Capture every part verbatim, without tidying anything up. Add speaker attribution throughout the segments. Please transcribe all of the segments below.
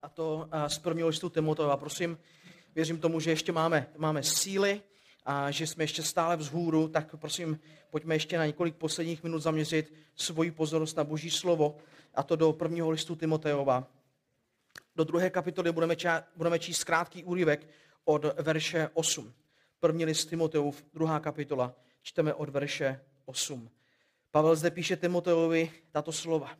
Speaker 1: a to z prvního listu Timoteova. Prosím, věřím tomu, že ještě máme, máme síly a že jsme ještě stále vzhůru, tak prosím, pojďme ještě na několik posledních minut zaměřit svoji pozornost na Boží slovo, a to do prvního listu Timoteova. Do druhé kapitoly budeme, ča, budeme číst krátký úryvek od verše osm. První list Timoteův, druhá kapitola, čteme od verše osm. Pavel zde píše Timoteovi tato slova.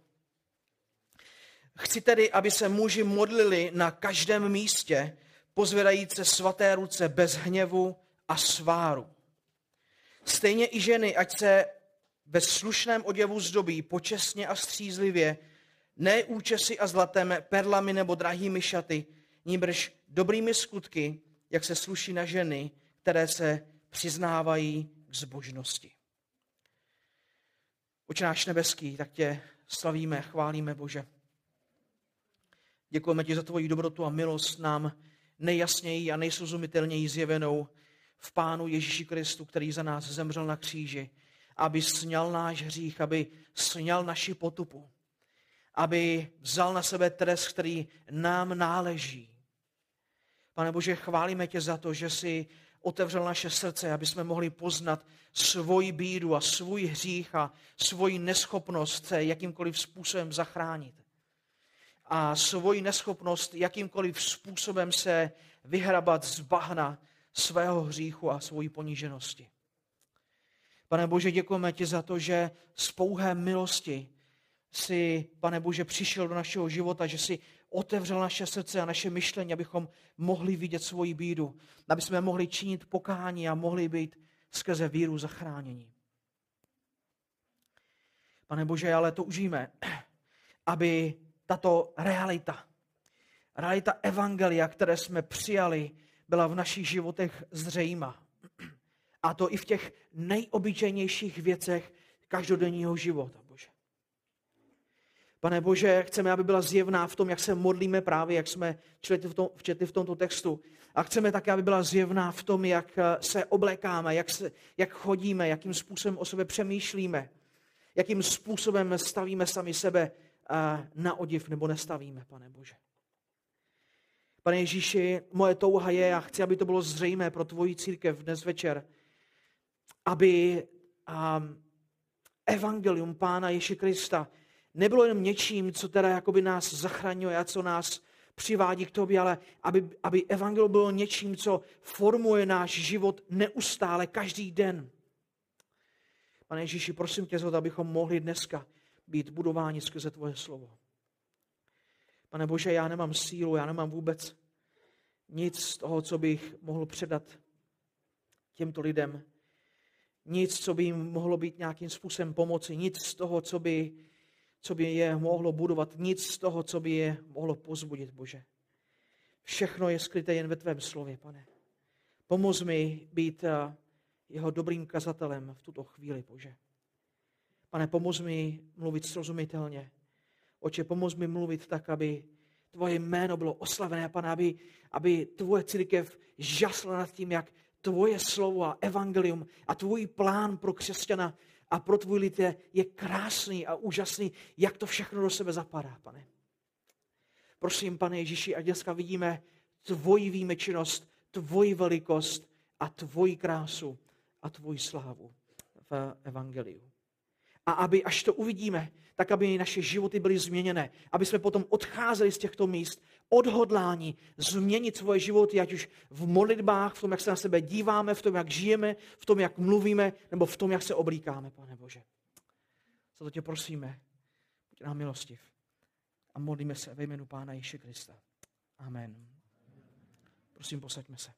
Speaker 1: Chci tedy, aby se muži modlili na každém místě, pozvedajíce svaté ruce bez hněvu a sváru. Stejně i ženy, ať se ve slušném oděvu zdobí počestně a střízlivě, ne účesy a zlatem, perlami nebo drahými šaty, nýbrž dobrými skutky, jak se sluší na ženy, které se přiznávají k zbožnosti. Oče náš nebeský, tak tě slavíme, chválíme, Bože. Děkujeme ti za tvoji dobrotu a milost nám nejjasněji a nejsrozumitelněji zjevenou v Pánu Ježíši Kristu, který za nás zemřel na kříži, aby sňal náš hřích, aby sňal naši potupu, aby vzal na sebe trest, který nám náleží. Pane Bože, chválíme tě za to, že jsi otevřel naše srdce, aby jsme mohli poznat svoji bídu a svůj hřích a svoji neschopnost se jakýmkoliv způsobem zachránit. A svoji neschopnost jakýmkoliv způsobem se vyhrabat z bahna svého hříchu a svojí poníženosti. Pane Bože, děkujeme ti za to, že z pouhé milosti jsi, Pane Bože, přišel do našeho života, že jsi otevřel naše srdce a naše myšlení, abychom mohli vidět svoji bídu, aby jsme mohli činit pokání a mohli být skrze víru zachráněni. Pane Bože, ale toužíme, aby tato realita, realita evangelia, které jsme přijali, byla v našich životech zřejmá. A to i v těch nejobyčejnějších věcech každodenního života, Bože. Pane Bože, chceme, aby byla zjevná v tom, jak se modlíme právě, jak jsme četli v, tom, četli v tomto textu. A chceme také, aby byla zjevná v tom, jak se oblékáme, jak, se, jak chodíme, jakým způsobem o sebe přemýšlíme, jakým způsobem stavíme sami sebe na odiv nebo nestavíme, Pane Bože. Pane Ježíši, moje touha je, a chci, aby to bylo zřejmé pro tvoji církev dnes večer, aby um, evangelium Pána Ježíše Krista nebylo jenom něčím, co teda jakoby nás zachraňuje a co nás přivádí k tobě, ale aby, aby evangelium bylo něčím, co formuje náš život neustále, každý den. Pane Ježíši, prosím tě za to, abychom mohli dneska být budováni skrze tvoje slovo. Pane Bože, já nemám sílu, já nemám vůbec nic z toho, co bych mohl předat těmto lidem. Nic, co by jim mohlo být nějakým způsobem pomoci. Nic z toho, co by, co by je mohlo budovat. Nic z toho, co by je mohlo pozbudit, Bože. Všechno je skryté jen ve tvém slově, Pane. Pomoz mi být jeho dobrým kazatelem v tuto chvíli, Bože. Pane, pomoz mi mluvit srozumitelně. Oče, pomoz mi mluvit tak, aby tvoje jméno bylo oslavené, Pane, aby, aby tvoje církev žasla nad tím, jak tvoje slovo a evangelium a tvůj plán pro křesťana a pro tvůj lid je, je krásný a úžasný, jak to všechno do sebe zapadá, Pane. Prosím, Pane Ježíši, ať dneska vidíme tvoji výjimečnost, tvoji velikost a tvoji krásu a tvoji slávu v evangeliu. A aby, až to uvidíme, tak aby naše životy byly změněné. Aby jsme potom odcházeli z těchto míst odhodláni změnit svoje životy, ať už v modlitbách, v tom, jak se na sebe díváme, v tom, jak žijeme, v tom, jak mluvíme, nebo v tom, jak se oblíkáme, Pane Bože. Za to tě prosíme, buď nám milostiv. A modlíme se ve jménu Pána Ježíše Krista. Amen. Prosím, posaďme se.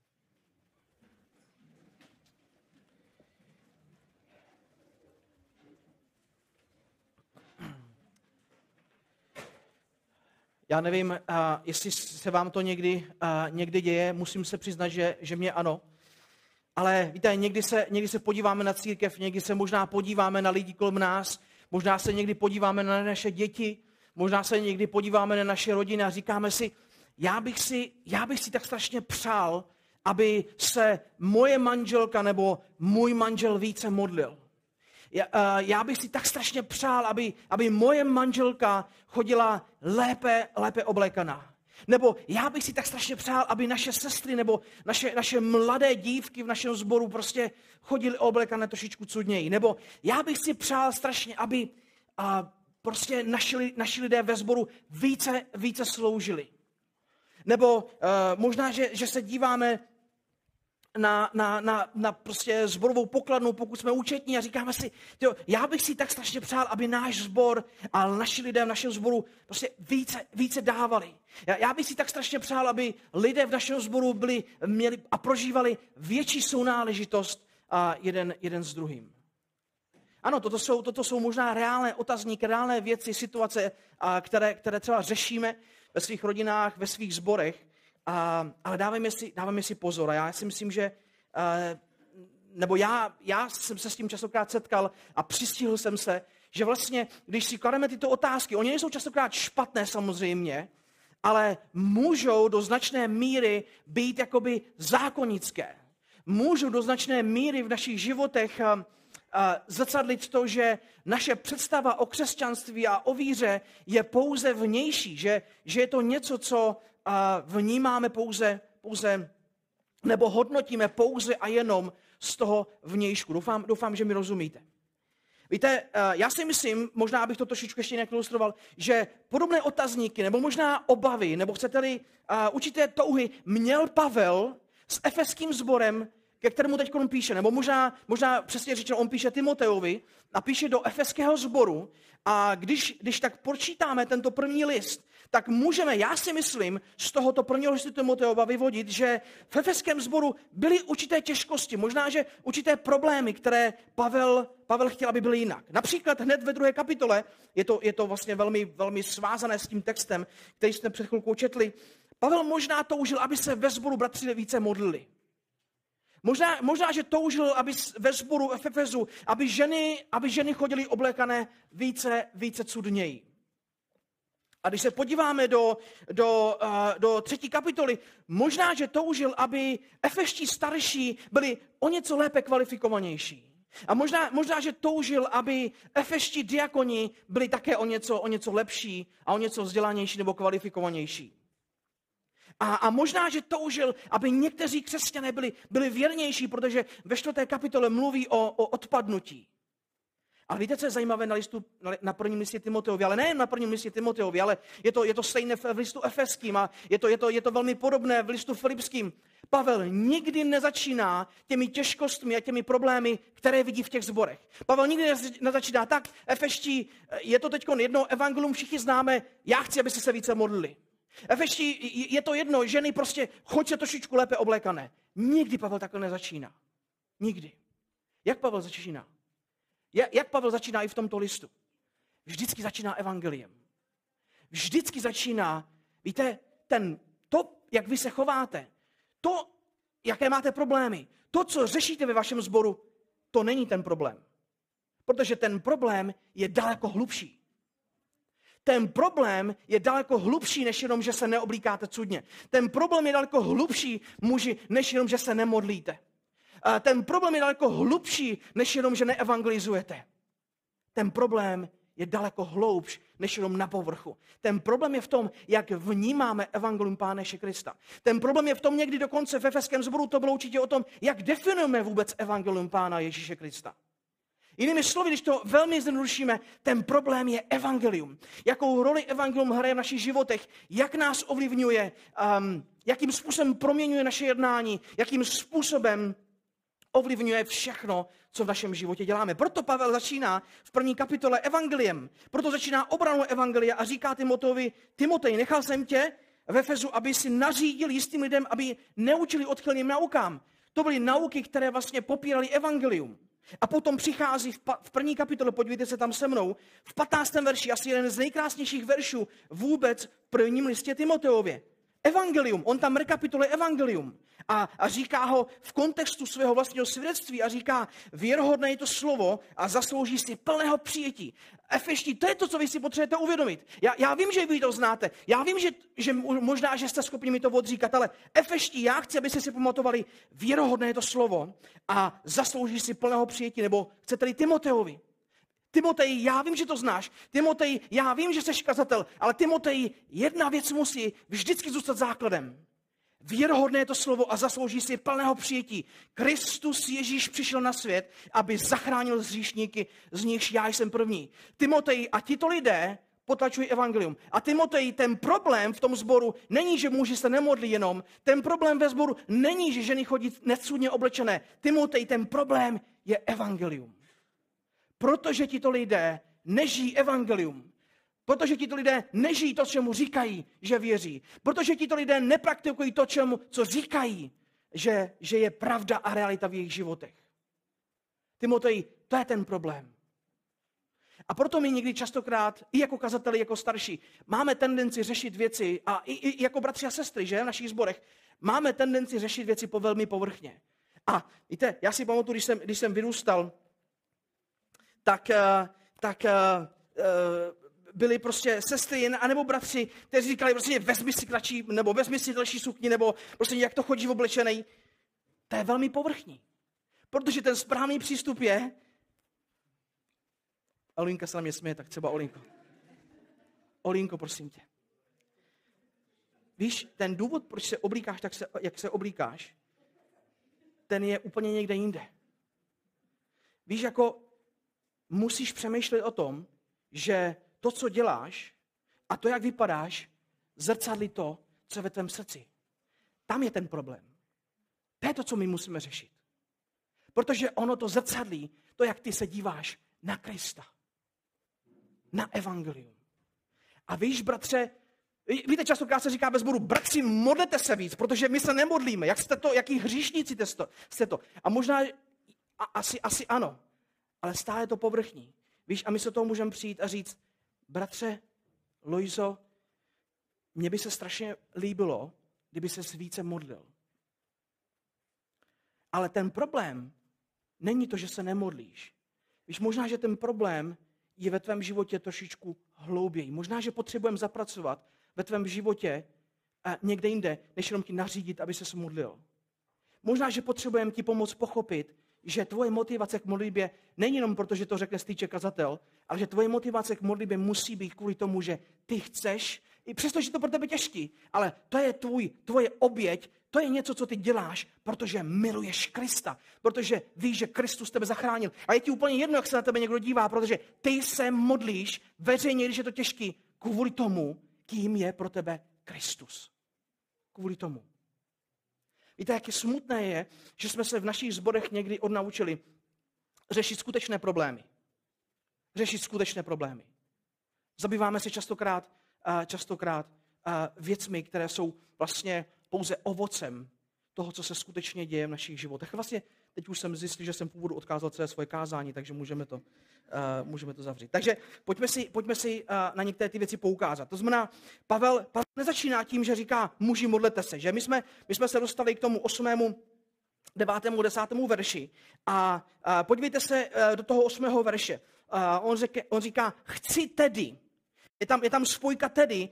Speaker 1: Já nevím, uh, jestli se vám to někdy, uh, někdy děje, musím se přiznat, že, že mě ano. Ale víte, někdy se, někdy se podíváme na církev, někdy se možná podíváme na lidi kolem nás, možná se někdy podíváme na naše děti, možná se někdy podíváme na naše rodiny a říkáme si, já bych si, já bych si tak strašně přál, aby se moje manželka nebo můj manžel více modlil. Já, já bych si tak strašně přál, aby, aby moje manželka chodila lépe, lépe oblékaná. Nebo já bych si tak strašně přál, aby naše sestry nebo naše, naše mladé dívky v našem sboru prostě chodily oblekané trošičku cudněji. Nebo já bych si přál strašně, aby a, prostě naši, naši lidé ve sboru více, více sloužili. Nebo uh, možná, že, že se díváme na, na, na, na prostě sborovou pokladnu, pokud jsme účetní a říkáme si, tyjo, já bych si tak strašně přál, aby náš sbor a naši lidé v našem sboru prostě více, více dávali. Já, já bych si tak strašně přál, aby lidé v našem sboru byli, měli a prožívali větší sounáležitost a jeden, jeden s druhým. Ano, toto jsou, toto jsou možná reálné otazníky, reálné věci, situace, a které, které třeba řešíme ve svých rodinách, ve svých sborech, a, ale dávejme si, dávejme si pozor. A já si myslím, že, a, nebo já, já jsem se s tím častokrát setkal a přistihl jsem se, že vlastně, když si klademe tyto otázky, oni nejsou častokrát špatné samozřejmě, ale můžou do značné míry být jakoby zákonické. Můžou do značné míry v našich životech a, a zrcadlit to, že naše představa o křesťanství a o víře je pouze vnější, že, že je to něco, co a, vnímáme pouze, pouze, nebo hodnotíme pouze a jenom z toho vnějšku. Doufám, doufám, že mi rozumíte. Víte, já si myslím, možná abych to trošičku ještě nějak ilustroval, že podobné otazníky, nebo možná obavy, nebo chcete-li uh, určité touhy, měl Pavel s efeským sborem, ke kterému teď on píše, nebo možná, možná přesně řečeno, on píše Timoteovi a píše do efeského sboru a když, když tak počítáme tento první list, tak můžeme, já si myslím, z tohoto prvního listu Timoteova vyvodit, že v efeském sboru byly určité těžkosti, možná, že určité problémy, které Pavel, Pavel chtěl, aby byly jinak. Například hned ve druhé kapitole, je to, je to vlastně velmi, velmi svázané s tím textem, který jsme před chvilkou četli, Pavel možná toužil, aby se ve sboru bratři více modlili. Možná, možná, že toužil, aby ve sboru v Efezu, aby ženy, aby ženy chodily oblékané více, více cudněji. A když se podíváme do, do, uh, do třetí kapitoly, možná, že toužil, aby efeští starší byli o něco lépe kvalifikovanější. A možná, možná, že toužil, aby efeští diakoni byli také o něco, o něco lepší a o něco vzdělanější nebo kvalifikovanější. A, a možná, že toužil, aby někteří křesťané byli, byli věrnější, protože ve čtvrté kapitole mluví o, o odpadnutí. Ale víte, co je zajímavé na, listu, na prvním listě Timoteovi, ale nejen na prvním listě Timoteovi, ale je to, je to stejné v listu Efeským a je to, je, to, je to velmi podobné v listu Filipským. Pavel nikdy nezačíná těmi těžkostmi a těmi problémy, které vidí v těch sborech. Pavel nikdy nezačíná tak, Efeští, je to teď jedno evangelium, všichni známe, já chci, aby se více modlili. Efeští, je to jedno, ženy prostě, choď se trošičku lépe oblékané. Nikdy Pavel takhle nezačíná. Nikdy. Jak Pavel začíná? Jak Pavel začíná i v tomto listu? Vždycky začíná evangeliem. Vždycky začíná, víte, ten, to, jak vy se chováte, to, jaké máte problémy, to, co řešíte ve vašem sboru, to není ten problém. Protože ten problém je daleko hlubší. Ten problém je daleko hlubší, než jenom, že se neoblíkáte cudně. Ten problém je daleko hlubší, muži, než jenom, že se nemodlíte. Ten problém je daleko hlubší, než jenom, že neevangelizujete. Ten problém je daleko hloubš, než jenom na povrchu. Ten problém je v tom, jak vnímáme evangelium Pána Ježíše Krista. Ten problém je v tom, někdy dokonce v efeském sboru to bylo určitě o tom, jak definujeme vůbec evangelium Pána Ježíše Krista. Jinými slovy, když to velmi zjednodušíme, ten problém je evangelium. Jakou roli evangelium hraje v našich životech, jak nás ovlivňuje, um, jakým způsobem proměňuje naše jednání, jakým způsobem ovlivňuje všechno, co v našem životě děláme. Proto Pavel začíná v první kapitole evangeliem. Proto začíná obranou evangelia a říká Timoteovi, Timotej, nechal jsem tě v Efezu, aby si nařídil jistým lidem, aby neučili odchylným naukám. To byly nauky, které vlastně popíraly evangelium. A potom přichází v, pa, v první kapitole, podívejte se tam se mnou, v patnáctém verši, asi jeden z nejkrásnějších veršů vůbec v prvním listě Timoteově. Evangelium, on tam rekapituluje evangelium a, a říká ho v kontextu svého vlastního svědectví a říká, věrohodné je to slovo a zaslouží si plného přijetí. Efeští, to je to, co vy si potřebujete uvědomit. Já, já vím, že vy to znáte, já vím, že, že možná, že jste schopni mi to odříkat, ale efeští, já chci, abyste si pamatovali, věrohodné je to slovo a zaslouží si plného přijetí, nebo chcete-li Timoteovi. Timotej, já vím, že to znáš. Timotej, já vím, že jsi kazatel, ale Timotej, jedna věc musí vždycky zůstat základem. Věrohodné je to slovo a zaslouží si plného přijetí. Kristus Ježíš přišel na svět, aby zachránil hříšníky, z nichž já jsem první. Timotej a tito lidé potlačují evangelium. A Timotej, ten problém v tom sboru není, že muži se nemodlí jenom. Ten problém ve sboru není, že ženy chodí necudně oblečené. Timotej, ten problém je evangelium. Protože tito lidé nežijí evangelium. Protože tito lidé nežijí to, čemu říkají, že věří. Protože tito lidé nepraktikují to, čemu, co říkají, že, že je pravda a realita v jejich životech. Timotej, to je ten problém. A proto my někdy častokrát, i jako kazateli, jako starší, máme tendenci řešit věci, a i, i jako bratři a sestry, že, v našich sborech, máme tendenci řešit věci po velmi povrchně. A víte, já si pamatuju, když jsem, když jsem vyrůstal, tak, tak byli prostě sestry anebo bratři, kteří říkali, prostě vezmi si kratší, nebo vezmi si další sukni, nebo prostě jak to chodí oblečený. To je velmi povrchní. Protože ten správný přístup je, Olinka se na mě směje, tak třeba Olinko. Olinko, prosím tě. Víš, ten důvod, proč se oblíkáš tak, se, jak se oblíkáš, ten je úplně někde jinde. Víš, jako musíš přemýšlet o tom, že to, co děláš a to, jak vypadáš, zrcadlí to, co je ve tvém srdci. Tam je ten problém. To je to, co my musíme řešit. Protože ono to zrcadlí, to, jak ty se díváš na Krista. Na evangelium. A víš, bratře, víte, častokrát se říká ve sboru, bratři, modlete se víc, protože my se nemodlíme. Jak jste to, jaký hříšníci jste to? A možná, a asi, asi ano, ale stále je to povrchní. Víš, a my se toho můžeme přijít a říct, bratře, Lojzo, mně by se strašně líbilo, kdyby ses více modlil. Ale ten problém není to, že se nemodlíš. Víš, možná, že ten problém je ve tvém životě trošičku hlouběji. Možná, že potřebujeme zapracovat ve tvém životě a někde jinde, než jenom ti nařídit, aby ses modlil. Možná, že potřebujeme ti pomoct pochopit, že tvoje motivace k modlitbě není jenom proto, že to řekne stýček kazatel, ale že tvoje motivace k modlitbě musí být kvůli tomu, že ty chceš, i přesto, že to pro tebe těžký, ale to je tvůj, tvoje oběť, to je něco, co ty děláš, protože miluješ Krista, protože víš, že Kristus tebe zachránil. A je ti úplně jedno, jak se na tebe někdo dívá, protože ty se modlíš veřejně, když je to těžký, kvůli tomu, kým je pro tebe Kristus. Kvůli tomu. Víte, jak je smutné je, že jsme se v našich sborech někdy odnaučili řešit skutečné problémy. Řešit skutečné problémy. Zabýváme se častokrát, častokrát věcmi, které jsou vlastně pouze ovocem toho, co se skutečně děje v našich životech. Vlastně teď už jsem zjistil, že jsem původu odkázal celé svoje kázání, takže můžeme to, uh, můžeme to zavřít. Takže pojďme si, pojďme si uh, na některé ty věci poukázat. To znamená, Pavel, Pavel nezačíná tím, že říká, muži, modlete se. Že my jsme, my jsme se dostali k tomu osmému, devátému, desátému verši. A uh, podívejte se uh, do toho osmého verše. Uh, on, řek, on říká, chci tedy. Je tam, je tam spojka tedy,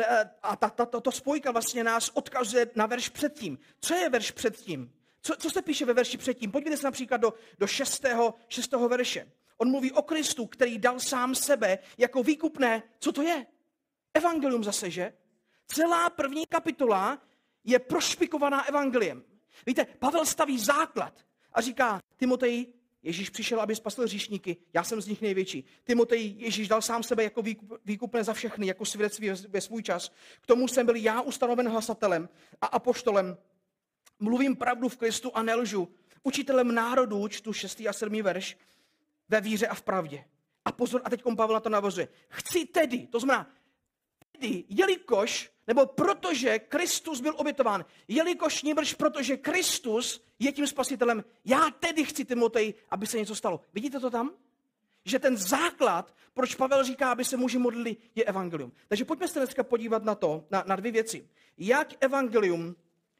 Speaker 1: a ta, ta, ta, ta spojka vlastně nás odkazuje na verš předtím. Co je verš předtím? Co, co se píše ve verši předtím? Podívejte se například do, do šestého, šestého verše. On mluví o Kristu, který dal sám sebe jako výkupné. Co to je? Evangelium zase, že? Celá první kapitola je prošpikovaná evangeliem. Víte, Pavel staví základ a říká, Timoteji, Ježíš přišel, aby spasil hříšníky, já jsem z nich největší. Timotej, Ježíš dal sám sebe jako výkup, výkupné za všechny, jako svědectví ve svůj čas. K tomu jsem byl já ustanoven hlasatelem a apoštolem. Mluvím pravdu v Kristu a nelžu. Učitelem národů, čtu šestý a sedmý verš, ve víře a v pravdě. A pozor, a teď Pavel na to navazuje. Chci tedy, to znamená, tedy, jelikož, nebo protože Kristus byl obětován, jelikož níbrž, protože Kristus je tím spasitelem, já tedy chci, Timotej, aby se něco stalo. Vidíte to tam? Že ten základ, proč Pavel říká, aby se muži modlili, je evangelium. Takže pojďme se dneska podívat na to, na, na dvě věci. Jak evangelium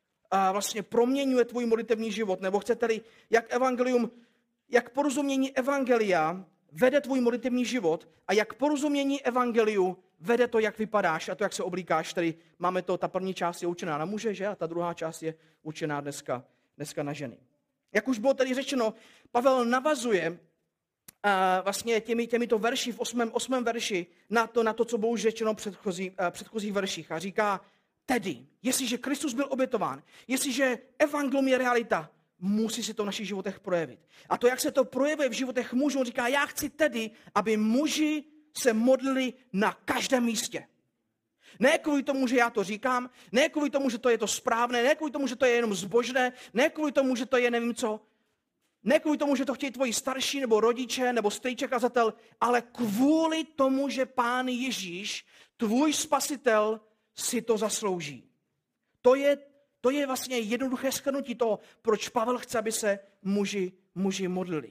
Speaker 1: a vlastně proměňuje tvůj modlitevní život, nebo chcete-li, jak evangelium, jak porozumění evangelia vede tvůj modlitevní život a jak porozumění evangeliu vede to, jak vypadáš a to, jak se oblíkáš. Tady máme to, ta první část je určená na muže, že? A ta druhá část je určená dneska, dneska na ženy. Jak už bylo tady řečeno, Pavel navazuje vlastně těmi, těmito verši v osmém, osmém verši na to, na to, co bylo už řečeno v předchozí, uh, předchozích verších. A říká, tedy, jestliže Kristus byl obětován, jestliže evangelium je realita, musí se to v našich životech projevit. A to, jak se to projevuje v životech mužů, on říká, já chci tedy, aby muži se modlili na každém místě. Ne kvůli tomu, že já to říkám, ne kvůli tomu, že to je to správné, ne kvůli tomu, že to je jenom zbožné, ne kvůli tomu, že to je nevím co, ne kvůli tomu, že to chtějí tvoji starší nebo rodiče nebo strýček kazatel, ale kvůli tomu, že Pán Ježíš, tvůj spasitel, si to zaslouží. To je, to je vlastně jednoduché shrnutí toho, proč Pavel chce, aby se muži, muži modlili.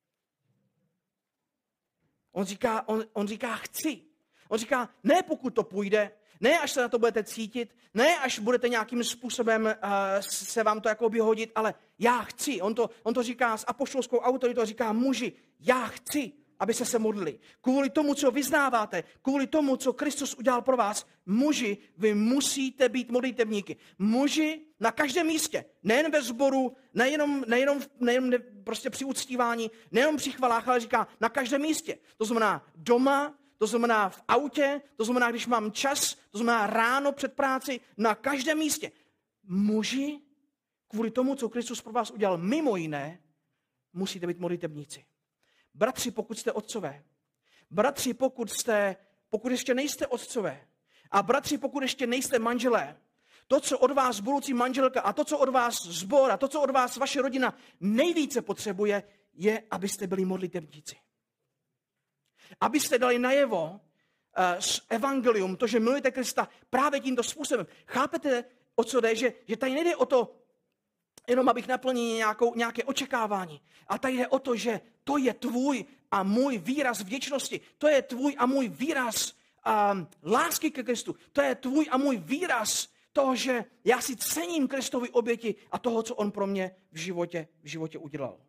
Speaker 1: On říká, on, on říká chci. On říká, ne pokud to půjde, ne až se na to budete cítit, ne až budete nějakým způsobem uh, se vám to jako vyhodit, ale já chci. On to, on to říká s apoštolskou autoritou, říká muži, já chci, aby se se modlili. Kvůli tomu, co vyznáváte, kvůli tomu, co Kristus udělal pro vás, muži, vy musíte být modlitevníky. Muži na každém místě, nejen ve sboru, nejenom, nejenom, nejenom ne, prostě při uctívání, nejenom při chvalách, ale říká na každém místě. To znamená doma, to znamená v autě, to znamená, když mám čas, to znamená ráno před práci, na každém místě. Muži, kvůli tomu, co Kristus pro vás udělal, mimo jiné, musíte být modlitevníci. Bratři, pokud jste otcové, bratři, pokud jste, pokud ještě nejste otcové, a bratři, pokud ještě nejste manželé, to, co od vás budoucí manželka a to, co od vás sbor a to, co od vás vaše rodina nejvíce potřebuje, je, abyste byli modlitevníci. Abyste dali najevo uh, s evangelium, to, že milujete Krista právě tímto způsobem. Chápete, o co jde? Že, že tady nejde o to, jenom abych naplnil nějakou, nějaké očekávání. A tady jde o to, že to je tvůj a můj výraz vděčnosti. To je tvůj a můj výraz um, lásky ke Kristu. To je tvůj a můj výraz toho, že já si cením Kristovy oběti a toho, co on pro mě v životě, v životě udělal.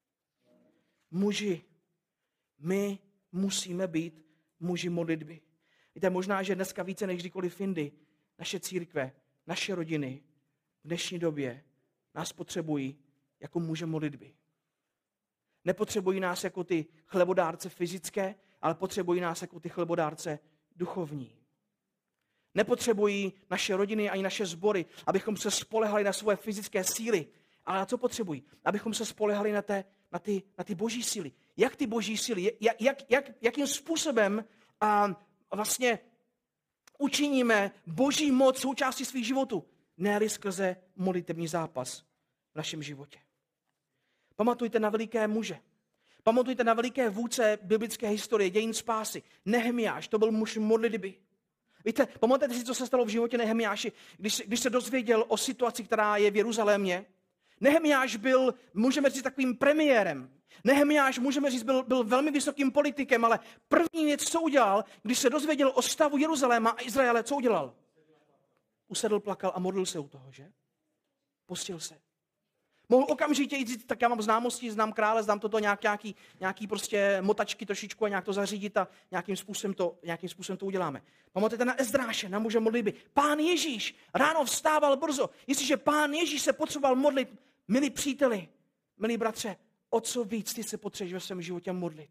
Speaker 1: Muži, my musíme být muži modlitby. Víte, možná, že dneska více než kdykoliv jindy naše církve, naše rodiny v dnešní době nás potřebují jako muže modlitby. Nepotřebují nás jako ty chlebodárce fyzické, ale potřebují nás jako ty chlebodárce duchovní. Nepotřebují naše rodiny ani naše sbory, abychom se spolehali na svoje fyzické síly. Ale na co potřebují? Abychom se spolehali na, té, na, ty, na ty boží síly. Jak ty boží síly? Jak, jak, jak, jakým způsobem a vlastně učiníme boží moc součástí svých životů? Ne-li skrze modlitevní zápas v našem životě. Pamatujte na veliké muže. Pamatujte na veliké vůdce biblické historie, dějin spásy. Nehemiáš, to byl muž modlitby. Víte, pamatujete si, co se stalo v životě Nehemiáši, když, když se dozvěděl o situaci, která je v Jeruzalémě? Nehemiáš byl, můžeme říct, takovým premiérem. Nehemiáš, můžeme říct, byl, byl velmi vysokým politikem, ale první věc, co udělal, když se dozvěděl o stavu Jeruzaléma a Izraele, co udělal? Usedl, plakal a modlil se u toho, že? Postil se. Mohl okamžitě jít, tak já mám známosti, znám krále, znám toto nějak, nějaký, nějaký prostě motačky trošičku a nějak to zařídit a nějakým způsobem to, nějakým způsobem to uděláme. Pamatujete na Ezdráše, na muže modlitby. Pán Ježíš ráno vstával brzo. Jestliže Pán Ježíš se potřeboval modlit, milí příteli, milí bratře, o co víc ty se potřebuješ ve svém životě modlit.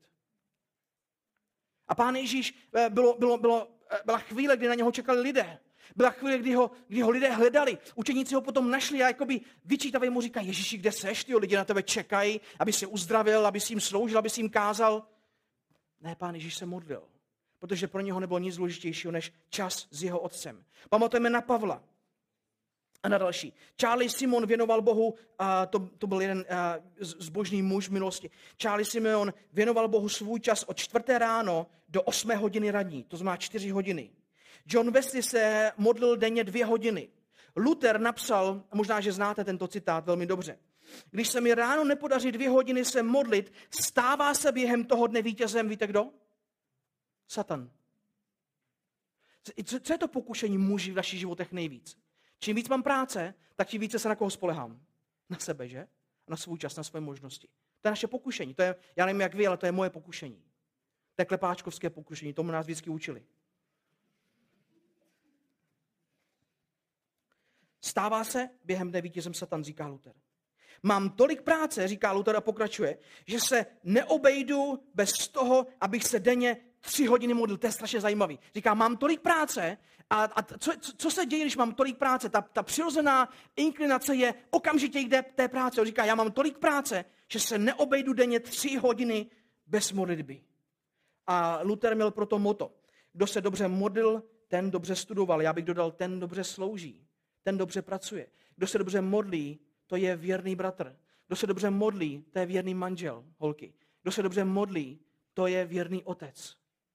Speaker 1: A Pán Ježíš, bylo, bylo, bylo, byla chvíle, kdy na něho čekali lidé. Byla chvíle, kdy ho, kdy ho lidé hledali. Učeníci ho potom našli a jakoby vyčítavě mu říkají, Ježíši, kde seš, ty lidi na tebe čekají, aby se uzdravil, aby si jim sloužil, aby si jim kázal. Ne, Pán Ježíš se modlil, protože pro něho nebylo nic důležitějšího než čas s jeho otcem. Pamatujeme na Pavla a na další. Charles Simon věnoval Bohu, a to, to byl jeden a, zbožný muž v minulosti. Charles Simon věnoval Bohu svůj čas od čtvrté ráno do osmé hodiny ranní, to znamená čtyři hodiny. John Wesley se modlil denně dvě hodiny. Luther napsal, možná, že znáte tento citát velmi dobře. Když se mi ráno nepodaří dvě hodiny se modlit, stává se během toho dne vítězem, víte kdo? Satan. Co je to pokušení muži v našich životech nejvíc? Čím víc mám práce, tak tím více se na koho spolehám. Na sebe, že? Na svůj čas, na své možnosti. To je naše pokušení. To je, já nevím, jak vy, ale to je moje pokušení. To je klepáčkovské pokušení, tomu nás vždycky učili. Stává se během dne vítězem Satan, říká Luther. Mám tolik práce, říká Luther a pokračuje, že se neobejdu bez toho, abych se denně tři hodiny modlil. To je strašně zajímavý. Říká, mám tolik práce a, a co, co se děje, když mám tolik práce? Ta, ta přirozená inklinace je okamžitě jde té práce. On říká, já mám tolik práce, že se neobejdu denně tři hodiny bez modlitby. A Luther měl proto motto. Kdo se dobře modlil, ten dobře studoval. Já bych dodal, ten dobře slouží. Ten dobře pracuje. Kdo se dobře modlí, to je věrný bratr. Kdo se dobře modlí, to je věrný manžel, holky. Kdo se dobře modlí, to je věrný otec.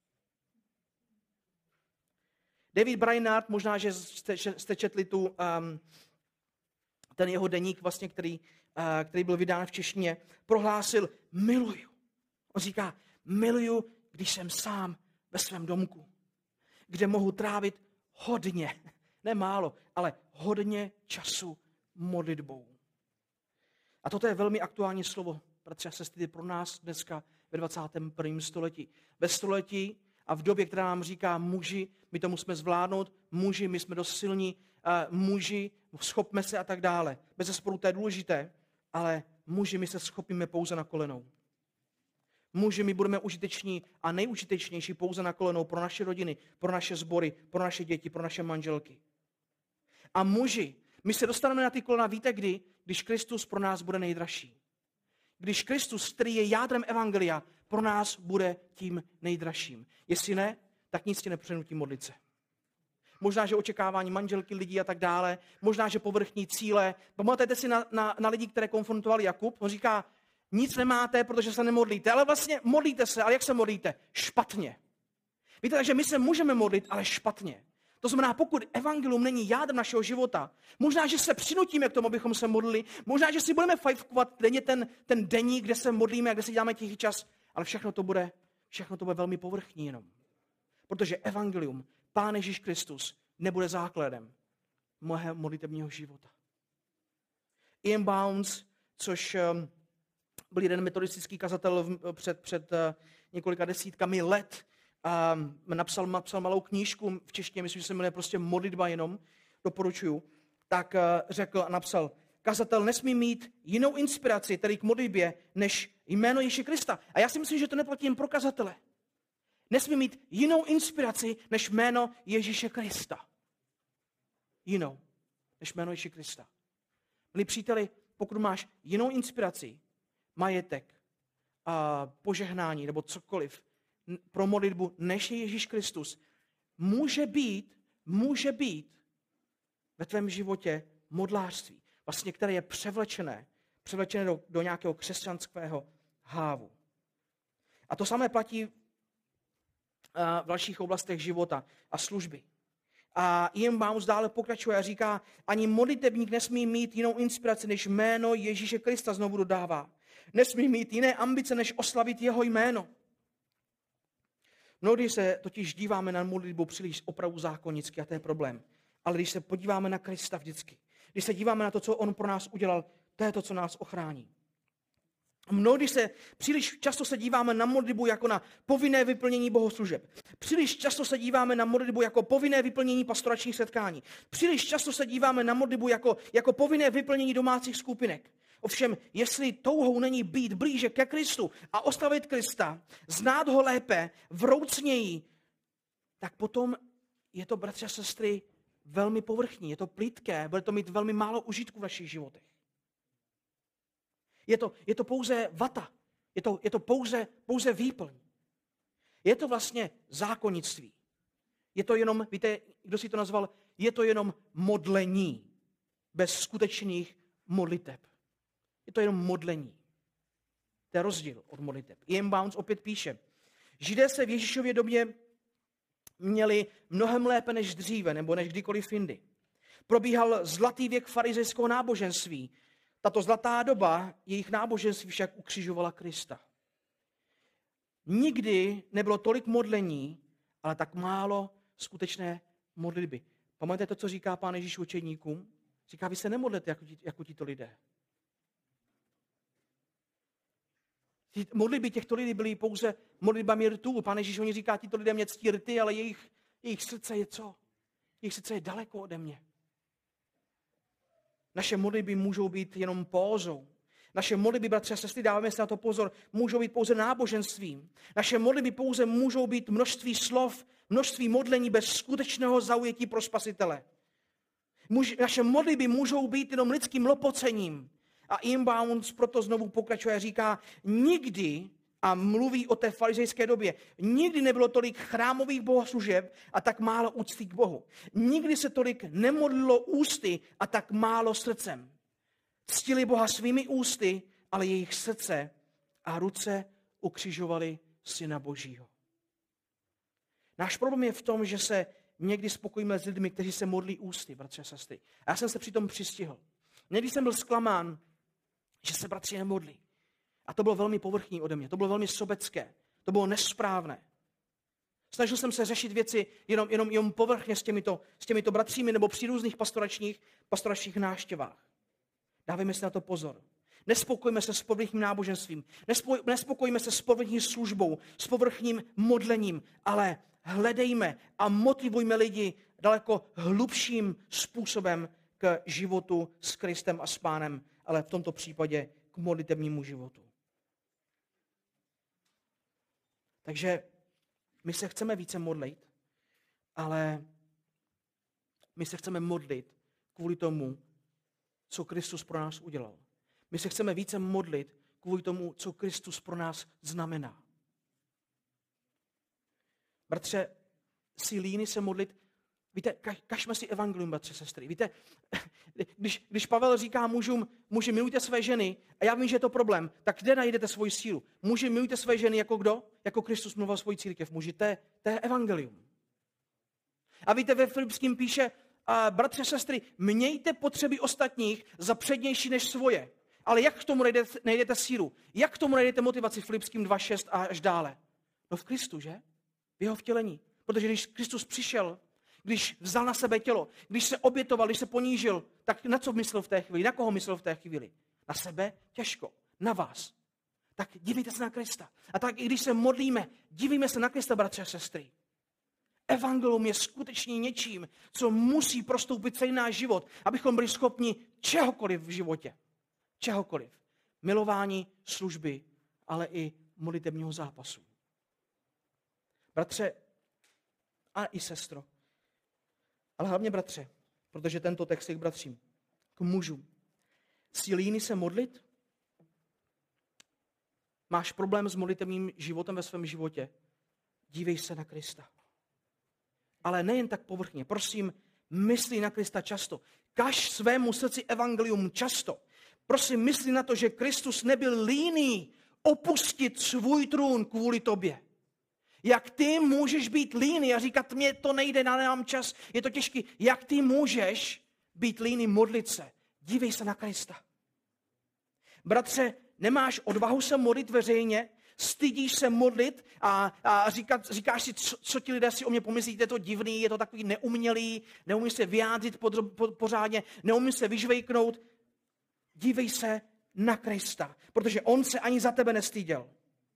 Speaker 1: David Brainerd, možná, že jste, že jste četli tu, um, ten jeho deník, vlastně, který, uh, který byl vydán v češtině, prohlásil, miluju. On říká, miluju, když jsem sám ve svém domku, kde mohu trávit hodně, ne málo, ale hodně času modlitbou. A toto je velmi aktuální slovo, bratři a sestry, pro nás dneska ve dvacátém prvním století. Ve století a v době, která nám říká muži, my to musíme zvládnout, muži, my jsme dost silní, uh, muži, schopme se a tak dále. Bezesporu to je důležité, ale muži, my se schopíme pouze na kolenou. Muži, my budeme užiteční a nejužitečnější pouze na kolenou pro naše rodiny, pro naše sbory, pro naše děti, pro naše manželky. A muži, my se dostaneme na ty kolena, víte kdy? Když Kristus pro nás bude nejdražší. Když Kristus, který je jádrem evangelia, pro nás bude tím nejdražším. Jestli ne, tak nic tě nepřenutí modlit se. Možná, že očekávání manželky, lidí a tak dále, možná, že povrchní cíle. Pamatujete si na, na, na lidi, které konfrontovali Jakub? On říká, nic nemáte, protože se nemodlíte, ale vlastně modlíte se, ale jak se modlíte? Špatně. Víte, takže my se můžeme modlit, ale špatně. To znamená, pokud evangelium není jádrem našeho života, možná, že se přinutíme k tomu, abychom se modlili, možná, že si budeme fajfkovat denně ten, ten deník, kde se modlíme a kde si děláme tichý čas, ale všechno to bude, všechno to bude velmi povrchní jenom. Protože evangelium, Pán Ježíš Kristus, nebude základem mého modlitebního života. Ian Bounds, což byl jeden metodistický kazatel před, před několika desítkami let, Um, napsal, napsal malou knížku v češtině, myslím, že se jmenuje prostě Modlitba jenom, doporučuju, tak uh, řekl a napsal, kazatel nesmí mít jinou inspiraci, tedy k modlitbě, než jméno Ježíše Krista. A já si myslím, že to neplatí jen pro kazatele. Nesmí mít jinou inspiraci, než jméno Ježíše Krista. Jinou, než jméno Ježíše Krista. Milí příteli, pokud máš jinou inspiraci, majetek, uh, požehnání nebo cokoliv, pro modlitbu, než je Ježíš Kristus, může být, může být ve tvém životě modlářství, vlastně které je převlečené, převlečené do, do nějakého křesťanského hávu. A to samé platí uh, v dalších oblastech života a služby. A Ian Bounds dále pokračuje a říká, ani modlitebník nesmí mít jinou inspiraci, než jméno Ježíše Krista, znovu dodává. Nesmí mít jiné ambice, než oslavit jeho jméno. Mnohdy se totiž díváme na modlitbu příliš opravdu zákonicky a to je problém. Ale když se podíváme na Krista vždycky, když se díváme na to, co on pro nás udělal, to je to, co nás ochrání. Mnohdy se, příliš často se díváme na modlitbu jako na povinné vyplnění bohoslužeb. Příliš často se díváme na modlitbu jako povinné vyplnění pastoračních setkání. Příliš často se díváme na modlitbu jako, jako povinné vyplnění domácích skupinek. Ovšem, jestli touhou není být blíže ke Kristu a oslavit Krista, znát ho lépe, vroucněji, tak potom je to, bratři a sestry, velmi povrchní, je to plitké, bude to mít velmi málo užitku v našich životech. Je to, je to pouze vata, je to, je to pouze, pouze výplň. Je to vlastně zákonnictví. Je to jenom, víte, kdo si to nazval, je to jenom modlení bez skutečných modliteb. Je to jenom modlení. To je rozdíl od modliteb. Ian Bounds opět píše, Židé se v Ježíšově době měli mnohem lépe než dříve, nebo než kdykoliv jindy. Probíhal zlatý věk farizejského náboženství. Tato zlatá doba jejich náboženství však ukřižovala Krista. Nikdy nebylo tolik modlení, ale tak málo skutečné modlitby. Pamatujete to, co říká Pán Ježíš učedníkům? Říká, vy se nemodlete jako, jako tito lidé. Modlitby těchto lidí byly pouze modlitbami rtů. Pán Ježíš oni říká, tito lidé mě ctí rty, ale jejich, jejich srdce je co? Jejich srdce je daleko ode mě. Naše modlitby můžou být jenom pózou. Naše modlitby, bratři a sestry, dáváme si na to pozor, můžou být pouze náboženstvím. Naše modlitby pouze můžou být množství slov, množství modlení bez skutečného zaujetí pro Spasitele. Muž, naše modlitby můžou být jenom lidským lopocením. A Inbounds proto znovu pokračuje a říká, nikdy, a mluví o té farizejské době, nikdy nebylo tolik chrámových bohoslužeb a tak málo úcty k Bohu. Nikdy se tolik nemodlilo ústy a tak málo srdcem. Ctili Boha svými ústy, ale jejich srdce a ruce ukřižovali Syna Božího. Náš problém je v tom, že se někdy spokojíme s lidmi, kteří se modlí ústy, bratři a sestry. A já jsem se přitom přistihl. Někdy jsem byl zklamán, že se bratři nemodlí. A to bylo velmi povrchní ode mě, to bylo velmi sobecké, to bylo nesprávné. Snažil jsem se řešit věci jenom, jenom, jenom povrchně s těmito, s těmito bratřími nebo při různých pastoračních, pastoračních návštěvách. Dávejme si na to pozor. Nespokojíme se s povrchním náboženstvím, nespoj, nespokojíme se s povrchní službou, s povrchním modlením, ale hledejme a motivujme lidi daleko hlubším způsobem k životu s Kristem a s Pánem, ale v tomto případě k modlitevnímu životu. Takže my se chceme více modlit, ale my se chceme modlit kvůli tomu, co Kristus pro nás udělal. My se chceme více modlit kvůli tomu, co Kristus pro nás znamená. Bratře, jsi líný se modlit? Víte, ka, kažme si evangelium, bratře, sestry. Víte, když, když Pavel říká mužům, muži, milujte své ženy, a já vím, že je to problém, tak kde najdete svoji sílu? Muži, milujte své ženy jako kdo? Jako Kristus miloval svoji církev. Muži, to je, to je evangelium. A víte, ve Filipským píše, a bratře, sestry, mějte potřeby ostatních za přednější než svoje. Ale jak k tomu najdete, najdete sílu? Jak k tomu najdete motivaci v Filipským dva šest a až dále? No v Kristu, že? V jeho vtělení. Protože když Kristus přišel, když vzal na sebe tělo, když se obětoval, když se ponížil, tak na co myslel v té chvíli? Na koho myslel v té chvíli? Na sebe? Těžko. Na vás. Tak dívejte se na Krista. A tak i když se modlíme, dívejme se na Krista, bratře a sestry. Evangelium je skutečně něčím, co musí prostoupit celý náš život, abychom byli schopni čehokoliv v životě. Čehokoliv. Milování, služby, ale i modlitevního zápasu. Bratře a i sestro, ale hlavně bratře, protože tento text je k bratřím, k mužům. Jsi líný se modlit? Máš problém s modlitevním životem ve svém životě? Dívej se na Krista. Ale nejen tak povrchně. Prosím, myslí na Krista často. Kaž svému srdci evangelium často. Prosím, myslí na to, že Kristus nebyl líný opustit svůj trůn kvůli tobě. Jak ty můžeš být líný a říkat, mně to nejde, nemám čas, je to těžký. Jak ty můžeš být líný modlit se? Dívej se na Krista. Bratře, nemáš odvahu se modlit veřejně? Stydíš se modlit a, a říkat, říkáš si, co, co ti lidé si o mě pomyslí, je to divný, je to takový neumělý, neumíš se vyjádřit pod, pod, pořádně, neumíš se vyžvejknout. Dívej se na Krista, protože on se ani za tebe nestyděl.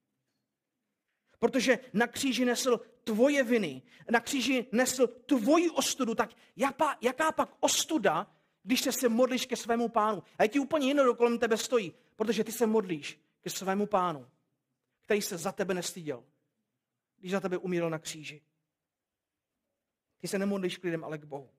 Speaker 1: Protože na kříži nesl tvoje viny, na kříži nesl tvoji ostudu, tak jaká, jaká pak ostuda, když se, se modlíš ke svému Pánu? A je ti úplně jiné, kdo kolem tebe stojí, protože ty se modlíš ke svému Pánu, který se za tebe nestyděl, když za tebe umíral na kříži. Ty se nemodlíš k lidem, ale k Bohu.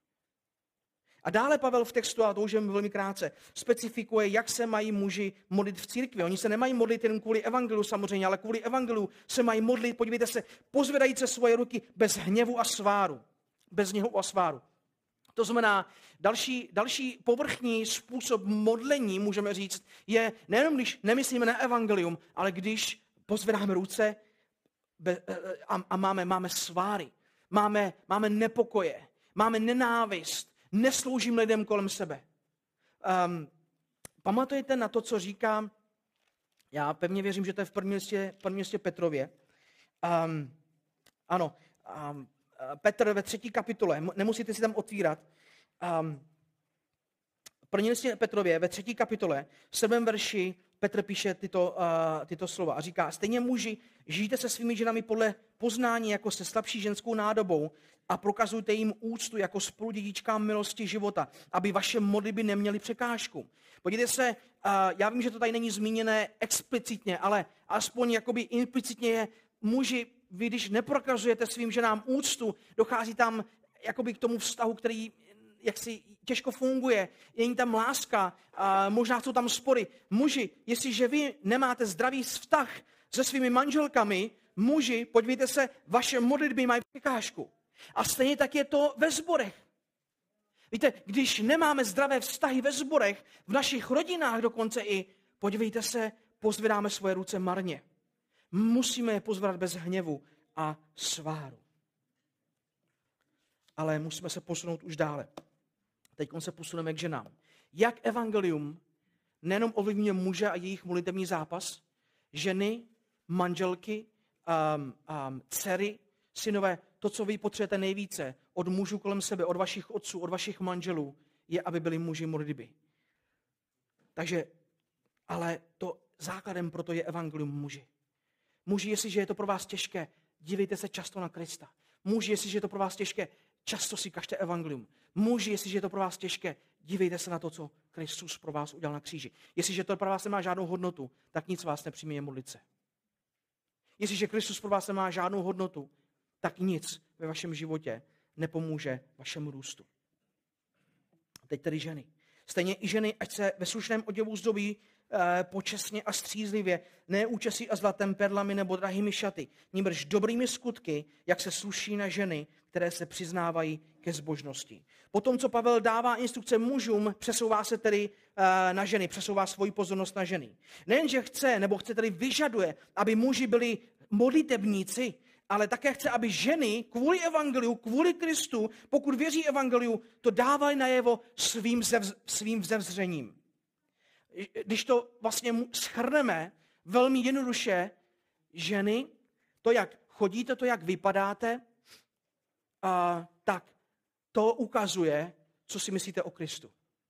Speaker 1: A dále Pavel v textu, a to už je velmi krátce, specifikuje, jak se mají muži modlit v církvi. Oni se nemají modlit jen kvůli evangeliu samozřejmě, ale kvůli evangeliu se mají modlit, podívejte se, pozvedajíc se svoje ruky bez hněvu a sváru. Bez hněvu a sváru. To znamená, další, další povrchní způsob modlení, můžeme říct, je nejenom, když nemyslíme na evangelium, ale když pozvedáme ruce a, a máme, máme sváry, máme, máme nepokoje, máme nenávist, nesloužím lidem kolem sebe. Um, pamatujete na to, co říkám? Já pevně věřím, že to je v prvním listě, prvním listě Petrově. Um, ano, um, Petr ve třetí kapitole, nemusíte si tam otvírat. Um, v prvním listě Petrově ve třetí kapitole, v sedmém verši Petr píše tyto, uh, tyto slova a říká, stejně muži, žijte se svými ženami podle poznání, jako se slabší ženskou nádobou a prokazujte jim úctu jako spoludědičkám milosti života, aby vaše modlitby neměly překážku. Podívejte se, uh, já vím, že to tady není zmíněné explicitně, ale aspoň jakoby implicitně je, muži, vy když neprokazujete svým ženám úctu, dochází tam jakoby k tomu vztahu, který jak si těžko funguje, není tam láska, a možná jsou tam spory. Muži, jestliže vy nemáte zdravý vztah se svými manželkami, muži, podívejte se, vaše modlitby mají překážku. A stejně tak je to ve sborech. Víte, když nemáme zdravé vztahy ve sborech, v našich rodinách dokonce i, podívejte se, pozvedáme svoje ruce marně. Musíme je pozvedat bez hněvu a sváru. Ale musíme se posunout už dále. Teď se posuneme k ženám. Jak evangelium nejenom ovlivňuje muže a jejich modlitevní zápas, ženy, manželky, um, um, dcery, synové, to, co vy potřebujete nejvíce od mužů kolem sebe, od vašich otců, od vašich manželů, je, aby byli muži modlitby. Takže, ale to základem proto je evangelium muži. Muži, jestliže je to pro vás těžké, dívejte se často na Krista. Muži, jestliže je to pro vás těžké, často si kažte evangelium. Muži, jestliže je to pro vás těžké, dívejte se na to, co Kristus pro vás udělal na kříži. Jestliže to pro vás nemá žádnou hodnotu, tak nic vás nepřijme modlit se. Jestliže Kristus pro vás nemá žádnou hodnotu, tak nic ve vašem životě nepomůže vašemu růstu. Teď tedy ženy. Stejně i ženy, ať se ve slušném oděvu zdobí eh, počestně a střízlivě, ne účesí a zlatem, perlami nebo drahými šaty, nýbrž dobrými skutky, jak se sluší na ženy, které se přiznávají ke zbožnosti. Potom, co Pavel dává instrukce mužům, přesouvá se tedy uh, na ženy, přesouvá svoji pozornost na ženy. Nejenže chce, nebo chce tedy vyžaduje, aby muži byli modlitebníci, ale také chce, aby ženy kvůli evangeliu, kvůli Kristu, pokud věří evangeliu, to dávají najevo svým, zev, svým vzevřením. Když to vlastně shrneme velmi jednoduše, ženy, to, jak chodíte, to, jak vypadáte, Uh, tak to ukazuje, co si myslíte o Kristu.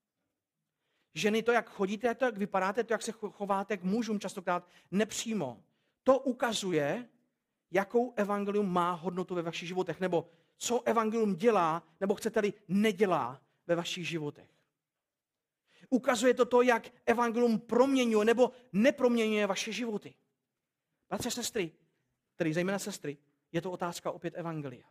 Speaker 1: Ženy, to, jak chodíte, to, jak vypadáte, to, jak se chováte k mužům častokrát nepřímo, to ukazuje, jakou evangelium má hodnotu ve vašich životech, nebo co evangelium dělá, nebo chcete-li nedělá ve vašich životech. Ukazuje to to, jak evangelium proměňuje nebo neproměňuje vaše životy. Bratři a sestry, tedy zejména sestry, je to otázka opět evangelia.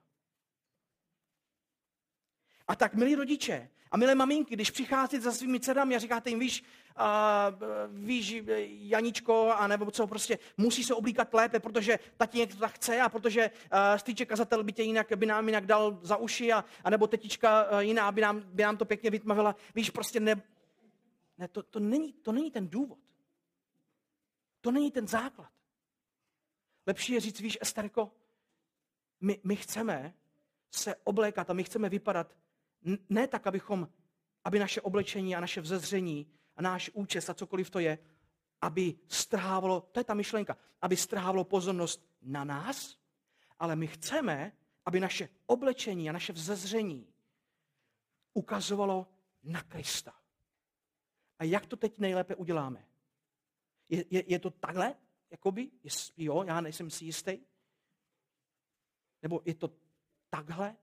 Speaker 1: A tak, milí rodiče a milé maminky, když přicházíte za svými dcerami a říkáte jim, víš, uh, víš, Janičko, anebo co, prostě musí se oblíkat lépe, protože tatínek to tak chce a protože uh, strýček kazatel by tě jinak, by nám jinak dal za uši a, a nebo tetička uh, jiná by nám, by nám to pěkně vytmavila. Víš, prostě ne, ne to, to, není, to není ten důvod. To není ten základ. Lepší je říct, víš, Esterko, my, my chceme se oblékat a my chceme vypadat ne tak, abychom, aby naše oblečení a naše vzezření a náš účes a cokoliv to je, aby strhávalo, to je ta myšlenka, aby strhávalo pozornost na nás, ale my chceme, aby naše oblečení a naše vzezření ukazovalo na Krista. A jak to teď nejlépe uděláme? Je, je, je to takhle? Jakoby? Jo, já nejsem si jistý. Nebo je to takhle?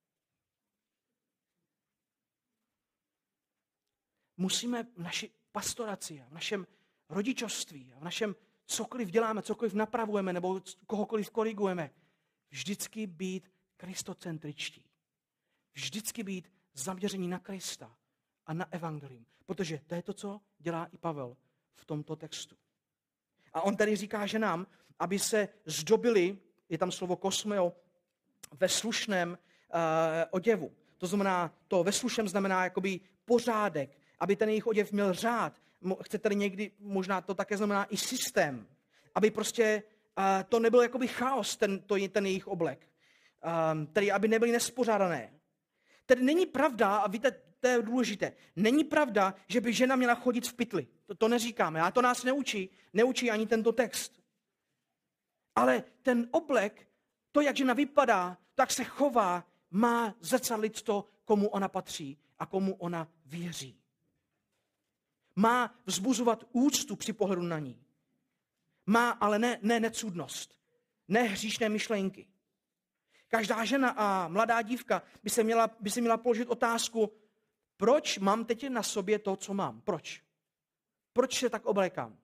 Speaker 1: Musíme v naší pastoraci, v našem rodičovství, v našem cokoliv děláme, cokoliv napravujeme nebo kohokoliv korigujeme, vždycky být kristocentričtí. Vždycky být zaměření na Krista a na evangelium. Protože to je to, co dělá i Pavel v tomto textu. A on tady říká ženám, aby se zdobili, je tam slovo kosmeo, ve slušném uh, oděvu. To znamená, to ve slušném znamená jakoby pořádek, aby ten jejich oděv měl řád. Chcete-li někdy, možná to také znamená i systém. Aby prostě uh, to nebyl jakoby chaos, ten, to, ten jejich oblek. Um, tedy aby nebyly nespořádané. Tedy není pravda, a víte, to je důležité, není pravda, že by žena měla chodit v pytli. To, to neříkáme, a to nás neučí, neučí ani tento text. Ale ten oblek, to, jak žena vypadá, tak se chová, má zrcadlit to, komu ona patří a komu ona věří. Má vzbuzovat úctu při pohledu na ní. Má ale ne, ne necudnost, ne hříšné myšlenky. Každá žena a mladá dívka by se měla, by se měla položit otázku, proč mám teď na sobě to, co mám? Proč? Proč se tak oblékám?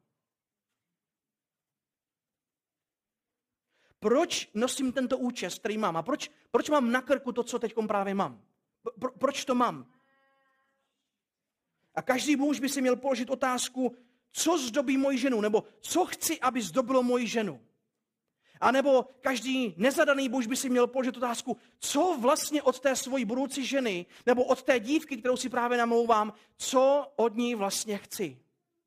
Speaker 1: Proč nosím tento účes, který mám? A proč, proč mám na krku to, co teď právě mám? Pro, proč to mám? A každý muž by si měl položit otázku, co zdobí moji ženu, nebo co chci, aby zdobilo moji ženu. A nebo každý nezadaný muž by si měl položit otázku, co vlastně od té svojí budoucí ženy, nebo od té dívky, kterou si právě namlouvám, co od ní vlastně chci.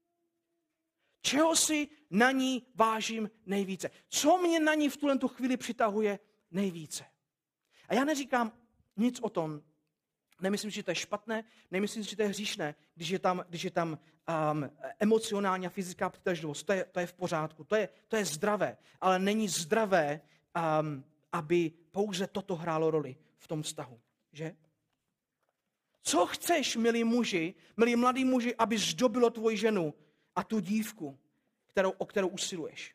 Speaker 1: Čeho si na ní vážím nejvíce? Co mě na ní v tuhle tu chvíli přitahuje nejvíce? A já neříkám nic o tom, nemyslím, že to je špatné, nemyslím, že to je hříšné, když je tam, když je tam um, emocionální a fyzická přitažlivost. To je, to je v pořádku, to je, to je zdravé, ale není zdravé, um, aby pouze toto hrálo roli v tom vztahu. Že? Co chceš, milí muži, milí mladí muži, aby zdobilo tvoji ženu a tu dívku, kterou, o kterou usiluješ?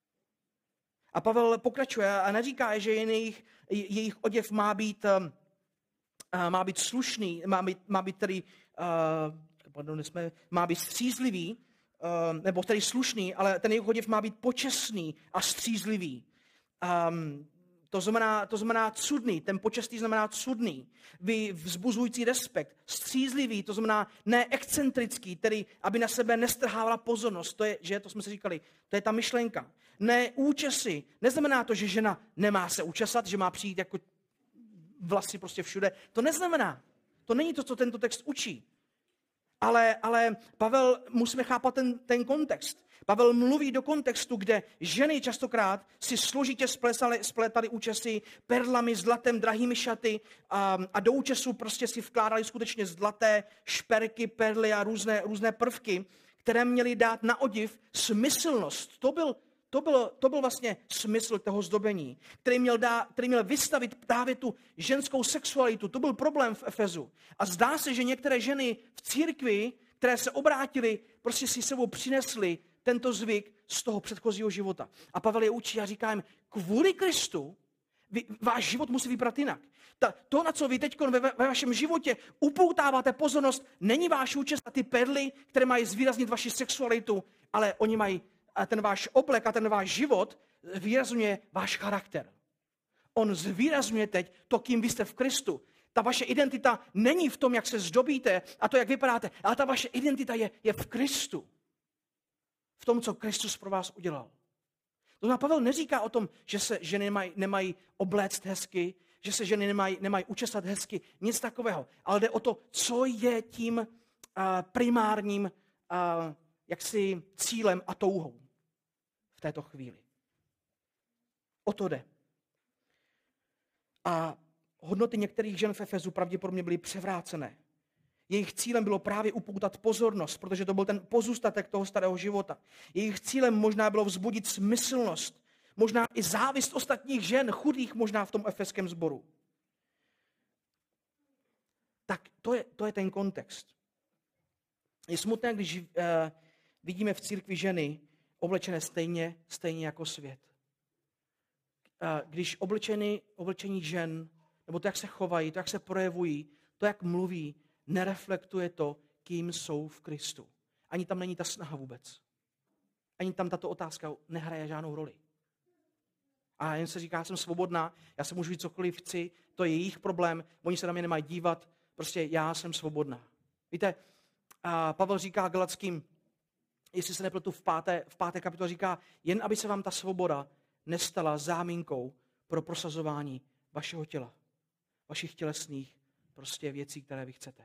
Speaker 1: A Pavel pokračuje a neříká, že jejich, jejich oděv má být... Um, má být slušný, má být, má být tedy, uh, pardon, jsme, má být střízlivý, uh, nebo tedy slušný, ale ten jejich oděv má být počestný a střízlivý. Um, to, znamená, to znamená cudný, ten počestný znamená cudný, vy vzbuzující respekt, střízlivý, to znamená ne excentrický, tedy aby na sebe nestrhávala pozornost, to je, že, to jsme si říkali, to je ta myšlenka. Ne účesy, neznamená to, že žena nemá se učesat, že má přijít jako vlasy prostě všude. To neznamená. To není to, co tento text učí. Ale, ale Pavel, musíme chápat ten, ten kontext. Pavel mluví do kontextu, kde ženy častokrát si složitě splétaly, splétaly účesy perlami, zlatem, drahými šaty a, a do účesu prostě si vkládali skutečně zlaté šperky, perly a různé, různé prvky, které měly dát na oděv smyslnost. To byl To byl, to byl vlastně smysl toho zdobení, který měl, dá, který měl vystavit právě tu ženskou sexualitu. To byl problém v Efezu. A zdá se, že některé ženy v církvi, které se obrátily, prostě si sebou přinesly tento zvyk z toho předchozího života. A Pavel je učí a říká jim, kvůli Kristu vy, váš život musí vypadat jinak. Ta, to, na co vy teď ve, ve vašem životě upoutáváte pozornost, není váš účest a ty perly, které mají zvýraznit vaši sexualitu, ale oni mají a ten váš oblek a ten váš život výrazňuje váš charakter. On zvýrazňuje teď to, kým vy jste v Kristu. Ta vaše identita není v tom, jak se zdobíte a to, jak vypadáte, ale ta vaše identita je, je v Kristu. V tom, co Kristus pro vás udělal. To znamená, Pavel neříká o tom, že se ženy nemají, nemají obléct hezky, že se ženy nemají, nemají učesat hezky, nic takového. Ale jde o to, co je tím uh, primárním uh, jaksi cílem a touhou v této chvíli. O to jde. A hodnoty některých žen v Efezu pravděpodobně byly převrácené. Jejich cílem bylo právě upoutat pozornost, protože to byl ten pozůstatek toho starého života. Jejich cílem možná bylo vzbudit smyslnost, možná i závist ostatních žen, chudých možná v tom efeském sboru. Tak to je, to je ten kontext. Je smutné, když uh, vidíme v církvi ženy oblečené stejně, stejně jako svět. Uh, když oblečení, oblečení žen, nebo to, jak se chovají, to, jak se projevují, to, jak mluví, nereflektuje to, kým jsou v Kristu. Ani tam není ta snaha vůbec. Ani tam tato otázka nehraje žádnou roli. A jen se říká, já jsem svobodná, já se můžu říct cokoliv chci, to je jejich problém, oni se na mě nemají dívat, prostě já jsem svobodná. Víte, a Pavel říká Galackým, jestli se nepletu v páté, v páté kapitole, říká, jen aby se vám ta svoboda nestala záminkou pro prosazování vašeho těla, vašich tělesných prostě věcí, které vy chcete.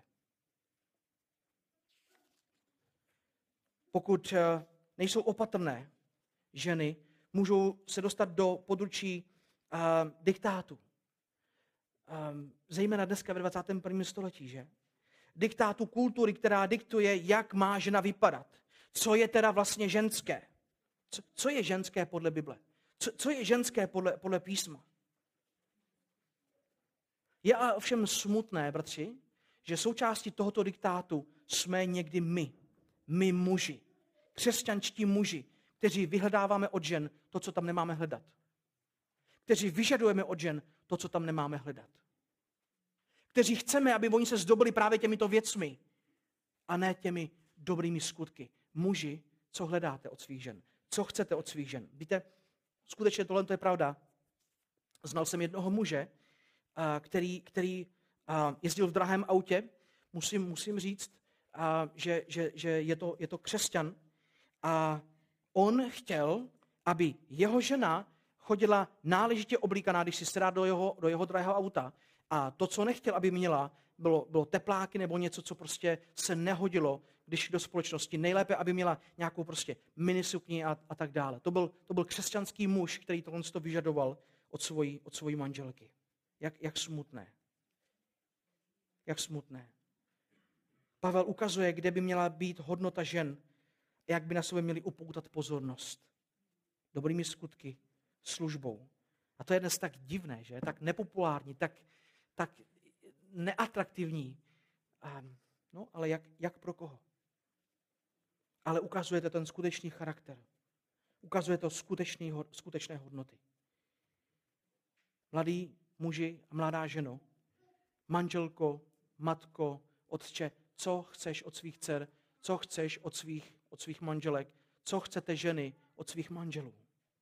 Speaker 1: Pokud nejsou opatrné ženy, můžou se dostat do područí uh, diktátu. Um, zejména dneska ve dvacátém prvním století, že? Diktátu kultury, která diktuje, jak má žena vypadat. Co je teda vlastně ženské? Co, co je ženské podle Bible? Co, co je ženské podle, podle písma? Je ale ovšem smutné, bratři, že součástí tohoto diktátu jsme někdy my, my muži, křesťanští muži, kteří vyhledáváme od žen to, co tam nemáme hledat. Kteří vyžadujeme od žen to, co tam nemáme hledat. Kteří chceme, aby oni se zdobili právě těmito věcmi a ne těmi dobrými skutky. Muži, co hledáte od svých žen? Co chcete od svých žen? Víte, skutečně tohle je pravda. Znal jsem jednoho muže, který, který jezdil v drahém autě. Musím, musím říct, že, že, že je, to, je to křesťan. A on chtěl, aby jeho žena chodila náležitě oblíkaná, když si sedá do jeho, do jeho drahého auta. A to, co nechtěl, aby měla, bylo, bylo tepláky nebo něco, co prostě se nehodilo, když do společnosti. Nejlépe, aby měla nějakou prostě minisukni a, a tak dále. To byl, to byl křesťanský muž, který tohle to vyžadoval od svojí, od svojí manželky. Jak, jak smutné. Jak smutné. Pavel ukazuje, kde by měla být hodnota žen, jak by na sebe měli upoutat pozornost. Dobrými skutky, službou. A to je dnes tak divné, že? Tak nepopulární, tak, tak neatraktivní. Um, no, ale jak, jak pro koho? Ale ukazuje to ten skutečný charakter. Ukazuje to skutečný, skutečné hodnoty. Mladí muži a mladá ženo, manželko, matko, otče, co chceš od svých dcer, co chceš od svých, od svých manželek, co chcete ženy od svých manželů.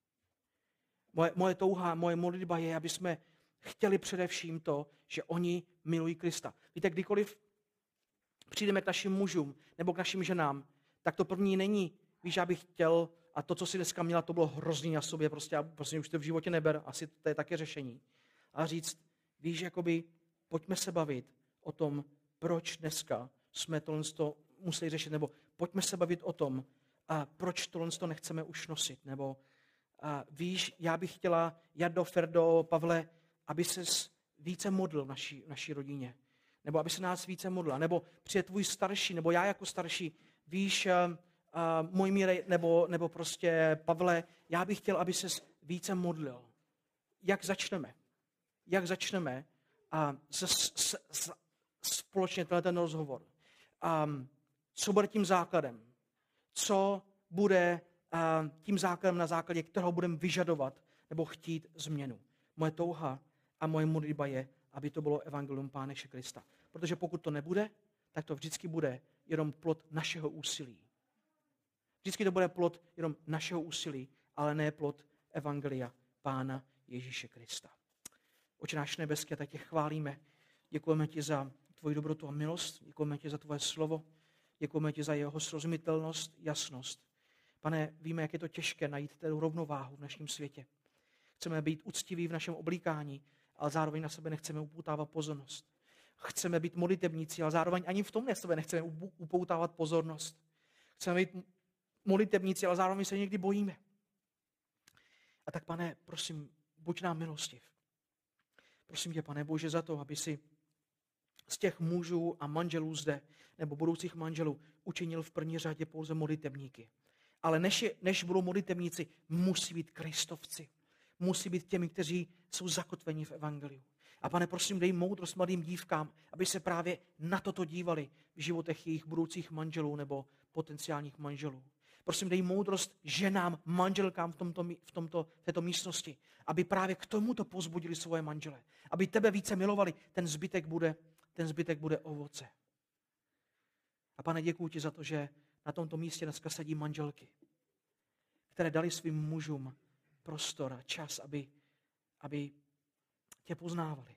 Speaker 1: Moje, moje touha, moje modlitba je, aby jsme chtěli především to, že oni milují Krista. Víte, kdykoliv přijdeme k našim mužům nebo k našim ženám, tak to první není, víš, já bych chtěl, a to, co si dneska měla, to bylo hrozný na sobě, prostě, a prostě už to v životě neber, asi to je také řešení. A říct, víš, jakoby, pojďme se bavit o tom, proč dneska jsme tohle museli řešit, nebo pojďme se bavit o tom, a proč tohle nechceme už nosit, nebo a víš, já bych chtěla, Jardo, Ferdo, Pavle, aby ses více modlil v naší, v naší rodině, nebo aby se nás více modlila, nebo přijde tvůj starší, nebo já jako starší, víš, uh, uh, můj mírej, nebo, nebo prostě Pavle, já bych chtěl, aby ses více modlil. Jak začneme? Jak začneme uh, s, s, s, společně tenhle ten rozhovor? Um, co bude tím základem? Co bude uh, tím základem, na základě kterého budeme vyžadovat nebo chtít změnu? Moje touha a moje modlitba je, aby to bylo evangelium Pána Ježíše Krista. Protože pokud to nebude, tak to vždycky bude jenom plod našeho úsilí. Vždycky to bude plod jenom našeho úsilí, ale ne plod evangelia Pána Ježíše Krista. Oče náš nebeský, tak tě chválíme. Děkujeme ti za tvoji dobrotu a milost. Děkujeme ti za tvoje slovo. Děkujeme ti za jeho srozumitelnost, jasnost. Pane, víme, jak je to těžké najít tu rovnováhu v našem světě. Chceme být uctiví v našem oblíkání, ale zároveň na sebe nechceme upoutávat pozornost. Chceme být modlitebníci, ale zároveň ani v tom na sebe nechceme upoutávat pozornost. Chceme být modlitebníci, ale zároveň se někdy bojíme. A tak, Pane, prosím, buď nám milostiv. Prosím tě, Pane Bože, za to, aby si z těch mužů a manželů zde, nebo budoucích manželů, učinil v první řadě pouze modlitebníky. Ale než, je, než budou modlitebníci, musí být kristovci. Musí být těmi, kteří jsou zakotveni v evangeliu. A Pane, prosím, dej moudrost mladým dívkám, aby se právě na toto dívali v životech jejich budoucích manželů nebo potenciálních manželů. Prosím, dej moudrost ženám, manželkám v, tomto, v, tomto, v této místnosti, aby právě k tomuto pozbudili svoje manžele. Aby tebe více milovali, ten zbytek bude, ten zbytek bude ovoce. A Pane, děkuji ti za to, že na tomto místě dneska sedí manželky, které dali svým mužům prostor a čas, aby, aby tě poznávali,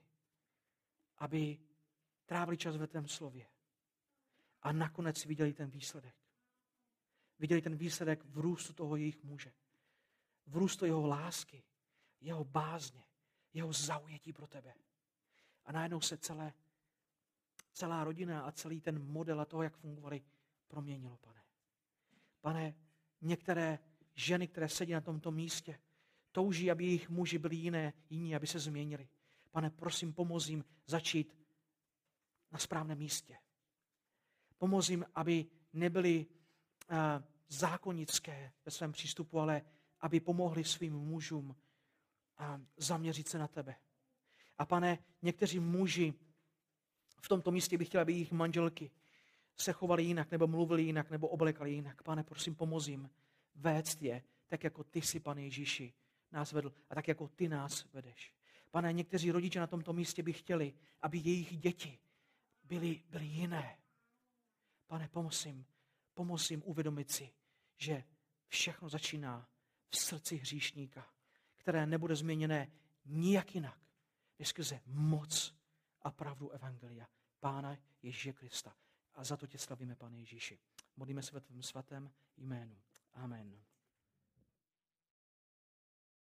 Speaker 1: aby trávili čas ve tvém slově a nakonec viděli ten výsledek. Viděli ten výsledek v růstu toho jejich muže, v růstu jeho lásky, jeho bázně, jeho zaujetí pro tebe. A najednou se celé, celá rodina a celý ten model a toho, jak fungovali, proměnilo, Pane. Pane, některé ženy, které sedí na tomto místě, touží, aby jejich muži byli jiné, jiní, aby se změnili. Pane, prosím, pomoz jim začít na správném místě. Pomoz jim, aby nebyli uh, zákonické ve svém přístupu, ale aby pomohli svým mužům uh, zaměřit se na tebe. A Pane, někteří muži v tomto místě by chtěli, aby jejich manželky se chovali jinak, nebo mluvili jinak, nebo oblekali jinak. Pane, prosím, pomoz jim vést je, tak jako ty jsi, Pane Ježíši, nás vedl a tak jako ty nás vedeš. Pane, někteří rodiče na tomto místě by chtěli, aby jejich děti byly, byly jiné. Pane, pomoz jim, pomoz jim uvědomit si, že všechno začíná v srdci hříšníka, které nebude změněné nijak jinak, než skrze moc a pravdu evangelia Pána Ježíše Krista. A za to tě slavíme, Pane Ježíši. Modlíme se ve tvém svatém jménu.